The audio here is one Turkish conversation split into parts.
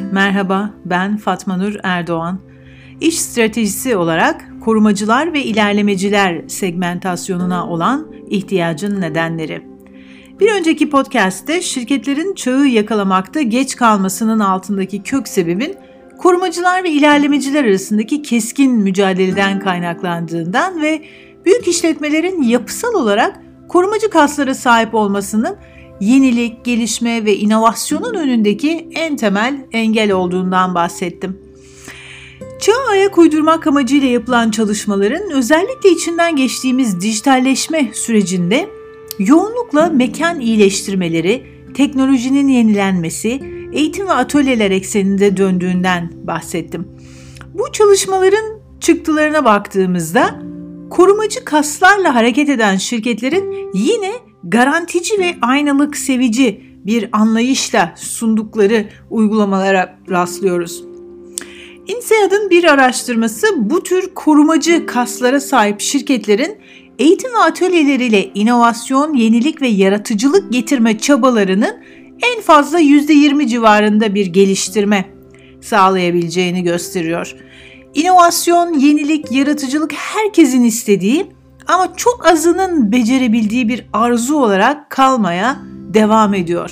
Merhaba, ben Fatma Nur Erdoğan. İş stratejisi olarak korumacılar ve ilerlemeciler segmentasyonuna olan ihtiyacın nedenleri. Bir önceki podcast'te şirketlerin çağı yakalamakta geç kalmasının altındaki kök sebebin korumacılar ve ilerlemeciler arasındaki keskin mücadeleden kaynaklandığından ve büyük işletmelerin yapısal olarak korumacı kaslara sahip olmasının yenilik, gelişme ve inovasyonun önündeki en temel engel olduğundan bahsettim. Çağa ayak uydurmak amacıyla yapılan çalışmaların özellikle içinden geçtiğimiz dijitalleşme sürecinde yoğunlukla mekan iyileştirmeleri, teknolojinin yenilenmesi, eğitim ve atölyeler ekseninde döndüğünden bahsettim. Bu çalışmaların çıktılarına baktığımızda korumacı kaslarla hareket eden şirketlerin yine garantici ve aynalık sevici bir anlayışla sundukları uygulamalara rastlıyoruz. INSEAD'ın bir araştırması bu tür korumacı kaslara sahip şirketlerin eğitim ve atölyeleriyle inovasyon, yenilik ve yaratıcılık getirme çabalarının en fazla %20 civarında bir geliştirme sağlayabileceğini gösteriyor. İnovasyon, yenilik, yaratıcılık herkesin istediği ama çok azının becerebildiği bir arzu olarak kalmaya devam ediyor.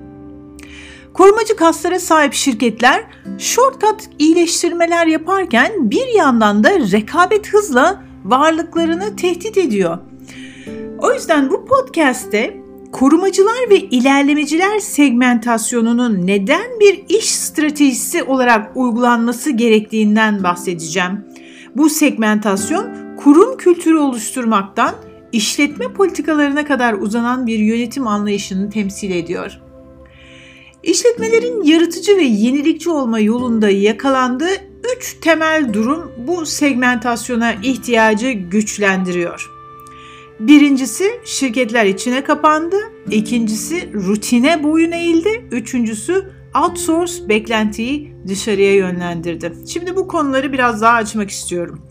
Korumacı kaslara sahip şirketler shortcut iyileştirmeler yaparken bir yandan da rekabet hızla varlıklarını tehdit ediyor. O yüzden bu podcast'te korumacılar ve ilerlemeciler segmentasyonunun neden bir iş stratejisi olarak uygulanması gerektiğinden bahsedeceğim. Bu segmentasyon kurum kültürü oluşturmaktan işletme politikalarına kadar uzanan bir yönetim anlayışını temsil ediyor. İşletmelerin yaratıcı ve yenilikçi olma yolunda yakalandığı 3 temel durum bu segmentasyona ihtiyacı güçlendiriyor. Birincisi şirketler içine kapandı, ikincisi rutine boyun eğildi, üçüncüsü outsource beklentiyi dışarıya yönlendirdi. Şimdi bu konuları biraz daha açmak istiyorum.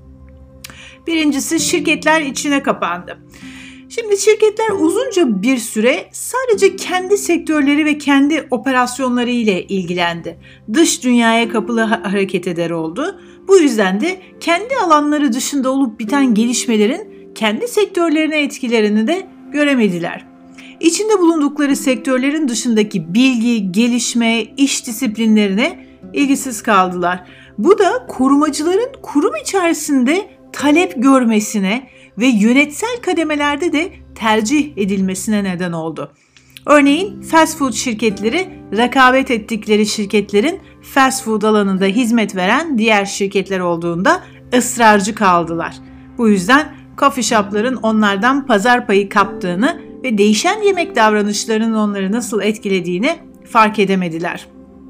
Birincisi şirketler içine kapandı. Şimdi şirketler uzunca bir süre sadece kendi sektörleri ve kendi operasyonları ile ilgilendi. Dış dünyaya kapalı hareket eder oldu. Bu yüzden de kendi alanları dışında olup biten gelişmelerin kendi sektörlerine etkilerini de göremediler. İçinde bulundukları sektörlerin dışındaki bilgi, gelişme, iş disiplinlerine ilgisiz kaldılar. Bu da korumacıların kurum içerisinde talep görmesine ve yönetsel kademelerde de tercih edilmesine neden oldu. Örneğin fast food şirketleri rekabet ettikleri şirketlerin fast food alanında hizmet veren diğer şirketler olduğunda ısrarcı kaldılar. Bu yüzden coffee shop'ların onlardan pazar payı kaptığını ve değişen yemek davranışlarının onları nasıl etkilediğini fark edemediler.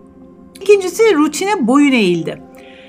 İkincisi rutine boyun eğildi.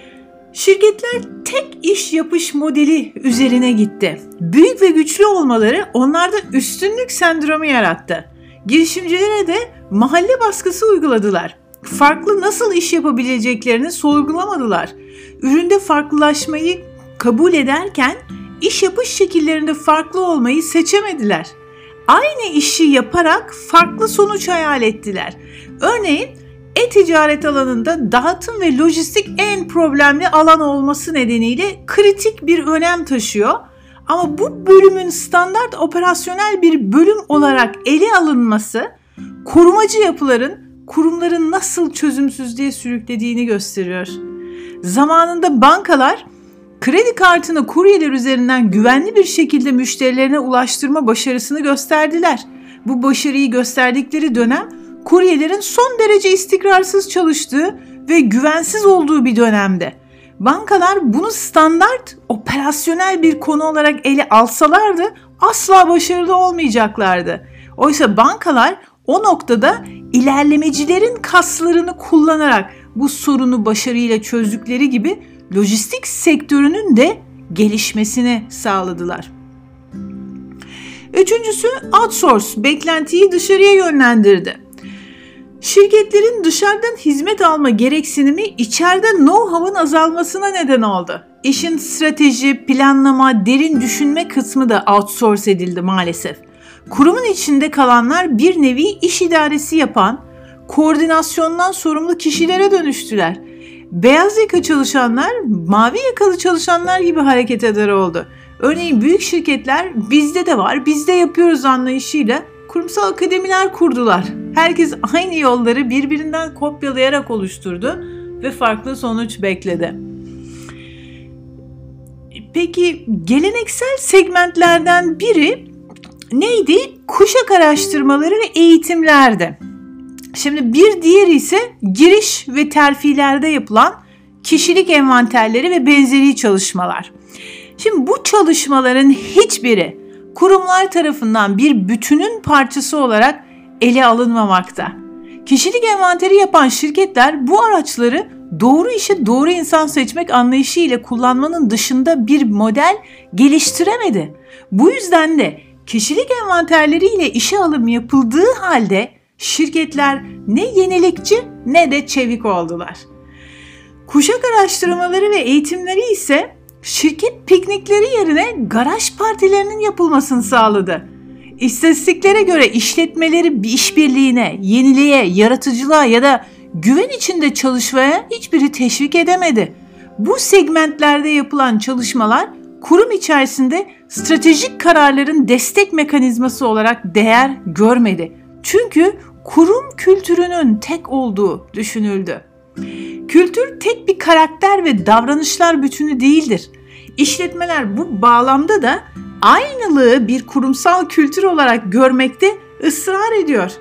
Şirketler tek iş yapış modeli üzerine gitti. Büyük ve güçlü olmaları onlarda üstünlük sendromu yarattı. Girişimcilere de mahalle baskısı uyguladılar. Farklı nasıl iş yapabileceklerini sorgulamadılar. Üründe farklılaşmayı kabul ederken iş yapış şekillerinde farklı olmayı seçemediler. Aynı işi yaparak farklı sonuç hayal ettiler. Örneğin e-ticaret alanında dağıtım ve lojistik en problemli alan olması nedeniyle kritik bir önem taşıyor. Ama bu bölümün standart operasyonel bir bölüm olarak ele alınması korumacı yapıların kurumların nasıl çözümsüzlüğe sürüklediğini gösteriyor. Zamanında bankalar kredi kartını kuryeler üzerinden güvenli bir şekilde müşterilerine ulaştırma başarısını gösterdiler. Bu başarıyı gösterdikleri dönem kuryelerin son derece istikrarsız çalıştığı ve güvensiz olduğu bir dönemde. Bankalar bunu standart operasyonel bir konu olarak ele alsalardı asla başarılı olmayacaklardı. Oysa bankalar o noktada ilerlemecilerin kaslarını kullanarak bu sorunu başarıyla çözdükleri gibi lojistik sektörünün de gelişmesini sağladılar. Üçüncüsü outsource beklentiyi dışarıya yönlendirdi. Şirketlerin dışarıdan hizmet alma gereksinimi içeride know-how'ın azalmasına neden oldu. İşin strateji, planlama, derin düşünme kısmı da outsource edildi maalesef. Kurumun içinde kalanlar bir nevi iş idaresi yapan, koordinasyondan sorumlu kişilere dönüştüler. Beyaz yaka çalışanlar mavi yakalı çalışanlar gibi hareket eder oldu. Örneğin büyük şirketler bizde de var, biz de yapıyoruz anlayışıyla kurumsal akademiler kurdular. Herkes aynı yolları birbirinden kopyalayarak oluşturdu ve farklı sonuç bekledi. Peki geleneksel segmentlerden biri neydi? Kuşak araştırmaları ve eğitimlerdi. Şimdi bir diğeri ise giriş ve terfilerde yapılan kişilik envanterleri ve benzeri çalışmalar. Şimdi bu çalışmaların hiçbiri kurumlar tarafından bir bütünün parçası olarak ele alınmamakta. Kişilik envanteri yapan şirketler bu araçları doğru işe doğru insan seçmek anlayışı ile kullanmanın dışında bir model geliştiremedi. Bu yüzden de kişilik envanterleri ile işe alım yapıldığı halde şirketler ne yenilikçi ne de çevik oldular. Kuşak araştırmaları ve eğitimleri ise şirket piknikleri yerine garaj partilerinin yapılmasını sağladı. İstatistiklere göre işletmeleri bir işbirliğine, yeniliğe, yaratıcılığa ya da güven içinde çalışmaya hiçbiri teşvik edemedi. Bu segmentlerde yapılan çalışmalar kurum içerisinde stratejik kararların destek mekanizması olarak değer görmedi. Çünkü kurum kültürünün tek olduğu düşünüldü. Kültür tek bir karakter ve davranışlar bütünü değildir. İşletmeler bu bağlamda da aynılığı bir kurumsal kültür olarak görmekte ısrar ediyor.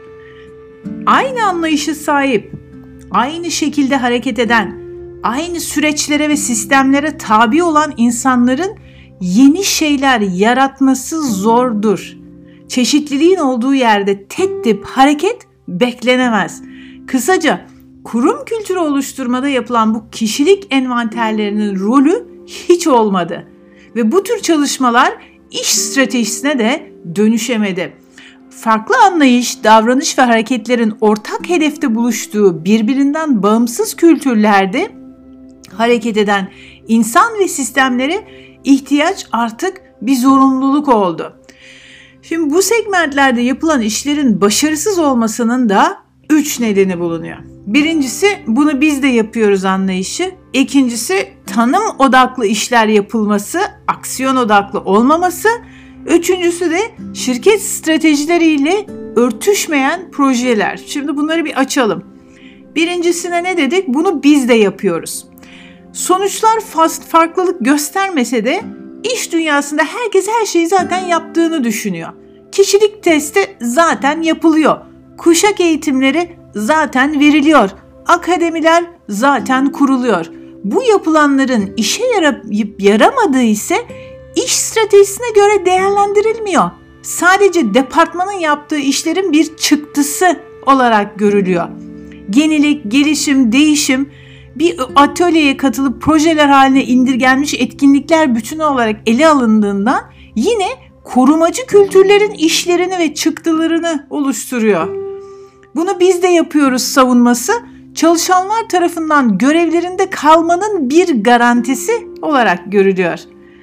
Aynı anlayışa sahip, aynı şekilde hareket eden, aynı süreçlere ve sistemlere tabi olan insanların yeni şeyler yaratması zordur. Çeşitliliğin olduğu yerde tek tip hareket beklenemez. Kısaca kurum kültürü oluşturmada yapılan bu kişilik envanterlerinin rolü hiç olmadı. Ve bu tür çalışmalar iş stratejisine de dönüşemedi. Farklı anlayış, davranış ve hareketlerin ortak hedefte buluştuğu birbirinden bağımsız kültürlerde hareket eden insan ve sistemlere ihtiyaç artık bir zorunluluk oldu. Şimdi bu segmentlerde yapılan işlerin başarısız olmasının da 3 nedeni bulunuyor. Birincisi bunu biz de yapıyoruz anlayışı. İkincisi tanım odaklı işler yapılması, aksiyon odaklı olmaması. Üçüncüsü de şirket stratejileriyle örtüşmeyen projeler. Şimdi bunları bir açalım. Birincisine ne dedik? Bunu biz de yapıyoruz. Sonuçlar farklılık göstermese de iş dünyasında herkes her şeyi zaten yaptığını düşünüyor. Kişilik testi zaten yapılıyor. Kuşak eğitimleri zaten veriliyor. Akademiler zaten kuruluyor. Bu yapılanların işe yarayıp yaramadığı ise iş stratejisine göre değerlendirilmiyor. Sadece departmanın yaptığı işlerin bir çıktısı olarak görülüyor. Yenilik, gelişim, değişim bir atölyeye katılıp projeler haline indirgenmiş etkinlikler bütünü olarak ele alındığından yine korumacı kültürlerin işlerini ve çıktılarını oluşturuyor. Bunu biz de yapıyoruz savunması çalışanlar tarafından görevlerinde kalmanın bir garantisi olarak görülüyor.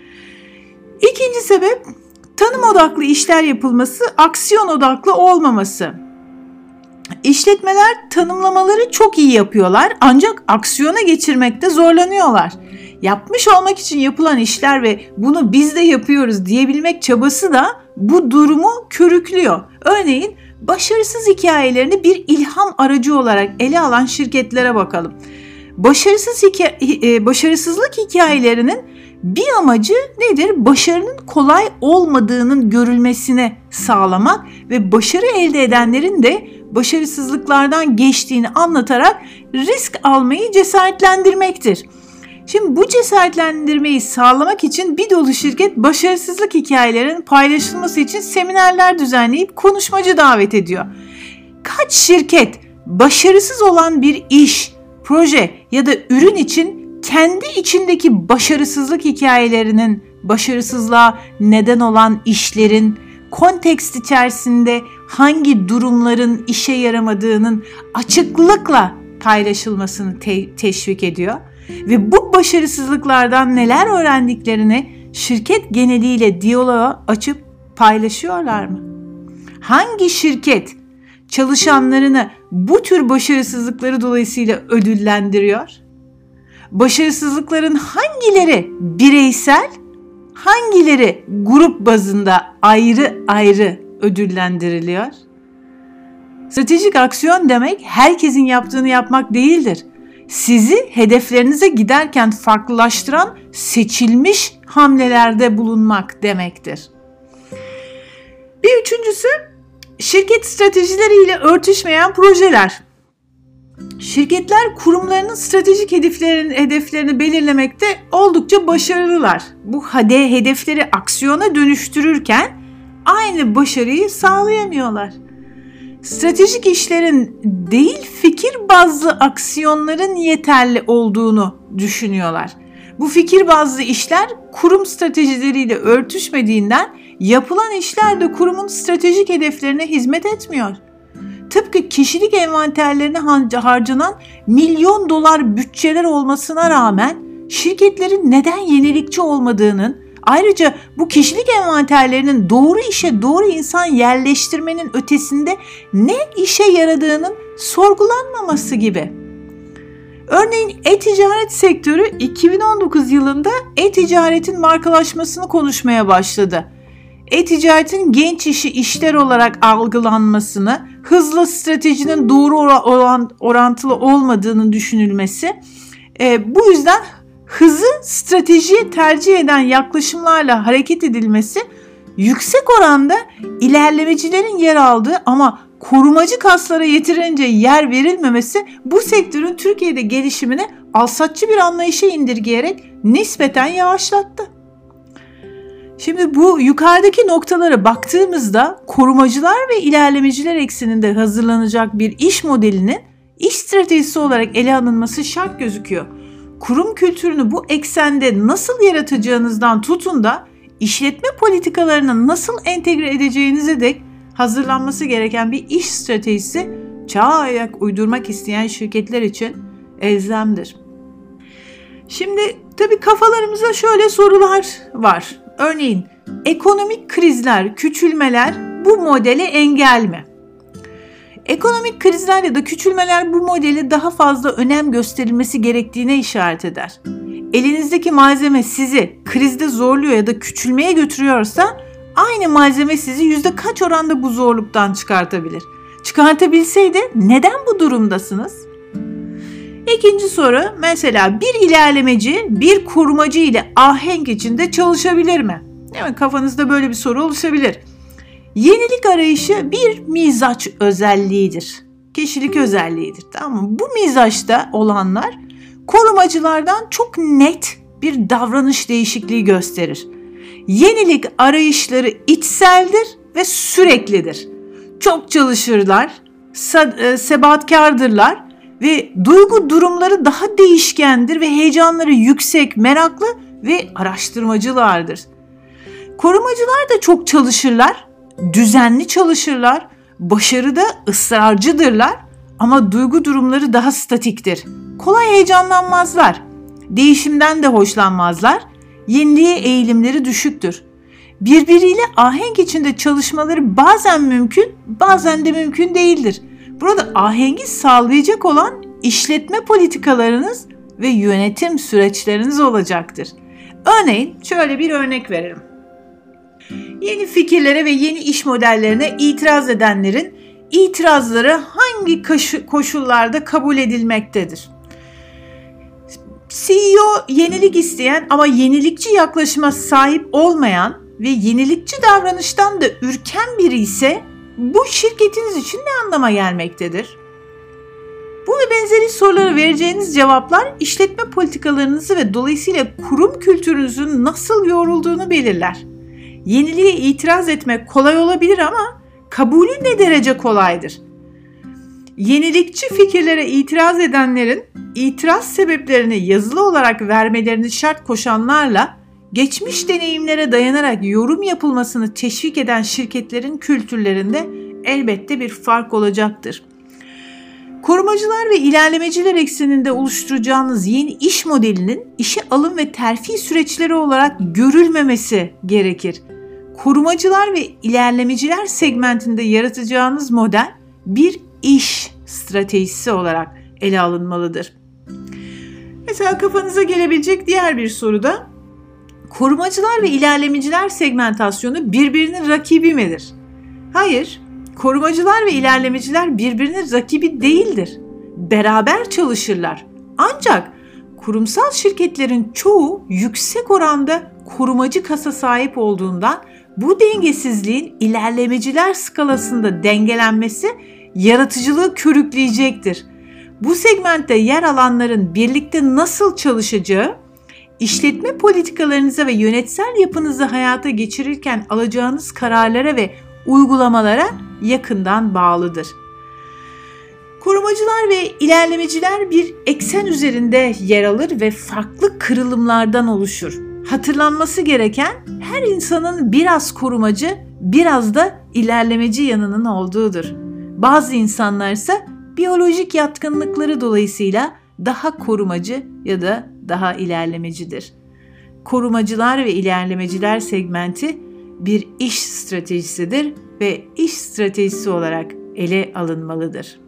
İkinci sebep tanım odaklı işler yapılması, aksiyon odaklı olmaması. İşletmeler tanımlamaları çok iyi yapıyorlar ancak aksiyona geçirmekte zorlanıyorlar. Yapmış olmak için yapılan işler ve bunu biz de yapıyoruz diyebilmek çabası da bu durumu körüklüyor. Örneğin başarısız hikayelerini bir ilham aracı olarak ele alan şirketlere bakalım. Başarısızlık hikayelerinin bir amacı nedir? Başarının kolay olmadığının görülmesini sağlamak ve başarı elde edenlerin de başarısızlıklardan geçtiğini anlatarak risk almayı cesaretlendirmektir. Şimdi bu cesaretlendirmeyi sağlamak için bir dolu şirket başarısızlık hikayelerinin paylaşılması için seminerler düzenleyip konuşmacı davet ediyor. Kaç şirket başarısız olan bir iş, proje ya da ürün için kendi içindeki başarısızlık hikayelerinin, başarısızlığa neden olan işlerin, kontekst içerisinde hangi durumların işe yaramadığının açıklıkla paylaşılmasını teşvik ediyor ve bu başarısızlıklardan neler öğrendiklerini şirket geneliyle diyaloğa açıp paylaşıyorlar mı? Hangi şirket çalışanlarını bu tür başarısızlıkları dolayısıyla ödüllendiriyor? Başarısızlıkların hangileri bireysel, hangileri grup bazında ayrı ayrı ödüllendiriliyor? Stratejik aksiyon demek herkesin yaptığını yapmak değildir. Sizi hedeflerinize giderken farklılaştıran seçilmiş hamlelerde bulunmak demektir. Bir üçüncüsü, şirket stratejileriyle örtüşmeyen projeler. Şirketler kurumlarının stratejik hedeflerini belirlemekte oldukça başarılılar. Bu hedefleri aksiyona dönüştürürken aynı başarıyı sağlayamıyorlar. Stratejik işlerin değil, fikir bazlı aksiyonların yeterli olduğunu düşünüyorlar. Bu fikir bazlı işler kurum stratejileriyle örtüşmediğinden yapılan işler de kurumun stratejik hedeflerine hizmet etmiyor. Tıpkı kişilik envanterlerine harcanan milyon dolar bütçeler olmasına rağmen şirketlerin neden yenilikçi olmadığının, ayrıca bu kişilik envanterlerinin doğru işe doğru insan yerleştirmenin ötesinde ne işe yaradığının sorgulanmaması gibi. Örneğin e-ticaret sektörü 2019 yılında e-ticaretin markalaşmasını konuşmaya başladı. E-ticaretin genç işi işler olarak algılanmasını, hızla stratejinin doğru orantılı olmadığının düşünülmesi, bu yüzden hızı stratejiye tercih eden yaklaşımlarla hareket edilmesi, yüksek oranda ilerlemecilerin yer aldığı ama korumacı kaslara yeterince yer verilmemesi bu sektörün Türkiye'de gelişimini alsatçı bir anlayışa indirgeyerek nispeten yavaşlattı. Şimdi bu yukarıdaki noktalara baktığımızda korumacılar ve ilerlemeciler ekseninde hazırlanacak bir iş modelinin iş stratejisi olarak ele alınması şart gözüküyor. Kurum kültürünü bu eksende nasıl yaratacağınızdan tutun da işletme politikalarını nasıl entegre edeceğinize dek hazırlanması gereken bir iş stratejisi çağa ayak uydurmak isteyen şirketler için elzemdir. Şimdi tabii kafalarımızda şöyle sorular var. Örneğin ekonomik krizler, küçülmeler bu modele engel mi? Ekonomik krizler ya da küçülmeler bu modele daha fazla önem gösterilmesi gerektiğine işaret eder. Elinizdeki malzeme sizi krizde zorluyor ya da küçülmeye götürüyorsa aynı malzeme sizi %kaç oranda bu zorluktan çıkartabilir? Çıkartabilseydi neden bu durumdasınız? İkinci soru, mesela bir ilerlemeci bir korumacı ile ahenk içinde çalışabilir mi? Değil mi? Kafanızda böyle bir soru oluşabilir. Yenilik arayışı bir mizaç özelliğidir. Kişilik özelliğidir. Tamam mı? Bu mizaçta olanlar korumacılardan çok net bir davranış değişikliği gösterir. Yenilik arayışları içseldir ve süreklidir. Çok çalışırlar, sebatkardırlar ve duygu durumları daha değişkendir ve heyecanları yüksek, meraklı ve araştırmacılardır. Korumacılar da çok çalışırlar, düzenli çalışırlar, başarıda ısrarcıdırlar ama duygu durumları daha statiktir. Kolay heyecanlanmazlar, değişimden de hoşlanmazlar, yeniliğe eğilimleri düşüktür. Birbiriyle ahenk içinde çalışmaları bazen mümkün, bazen de mümkün değildir. Burada ahengi sağlayacak olan işletme politikalarınız ve yönetim süreçleriniz olacaktır. Örneğin şöyle bir örnek verelim. Yeni fikirlere ve yeni iş modellerine itiraz edenlerin itirazları hangi koşullarda kabul edilmektedir? CEO yenilik isteyen ama yenilikçi yaklaşıma sahip olmayan ve yenilikçi davranıştan da ürken biri ise bu şirketiniz için ne anlama gelmektedir? Bu ve benzeri sorulara vereceğiniz cevaplar işletme politikalarınızı ve dolayısıyla kurum kültürünüzün nasıl yoğrulduğunu belirler. Yeniliğe itiraz etmek kolay olabilir ama kabulü ne derece kolaydır? Yenilikçi fikirlere itiraz edenlerin itiraz sebeplerini yazılı olarak vermelerini şart koşanlarla geçmiş deneyimlere dayanarak yorum yapılmasını teşvik eden şirketlerin kültürlerinde elbette bir fark olacaktır. Korumacılar ve ilerlemeciler ekseninde oluşturacağınız yeni iş modelinin işe alım ve terfi süreçleri olarak görülmemesi gerekir. Korumacılar ve ilerlemeciler segmentinde yaratacağınız model bir iş stratejisi olarak ele alınmalıdır. Mesela kafanıza gelebilecek diğer bir soru da korumacılar ve ilerlemeciler segmentasyonu birbirinin rakibi midir? Hayır, korumacılar ve ilerlemeciler birbirinin rakibi değildir. Beraber çalışırlar. Ancak kurumsal şirketlerin çoğu yüksek oranda korumacı kasa sahip olduğundan bu dengesizliğin ilerlemeciler skalasında dengelenmesi yaratıcılığı körükleyecektir. Bu segmentte yer alanların birlikte nasıl çalışacağı, işletme politikalarınıza ve yönetsel yapınızı hayata geçirirken alacağınız kararlara ve uygulamalara yakından bağlıdır. Korumacılar ve ilerlemeciler bir eksen üzerinde yer alır ve farklı kırılımlardan oluşur. Hatırlanması gereken her insanın biraz korumacı, biraz da ilerlemeci yanının olduğudur. Bazı insanlar ise biyolojik yatkınlıkları dolayısıyla daha korumacı ya da daha ilerlemecidir. Korumacılar ve ilerlemeciler segmenti bir iş stratejisidir ve iş stratejisi olarak ele alınmalıdır.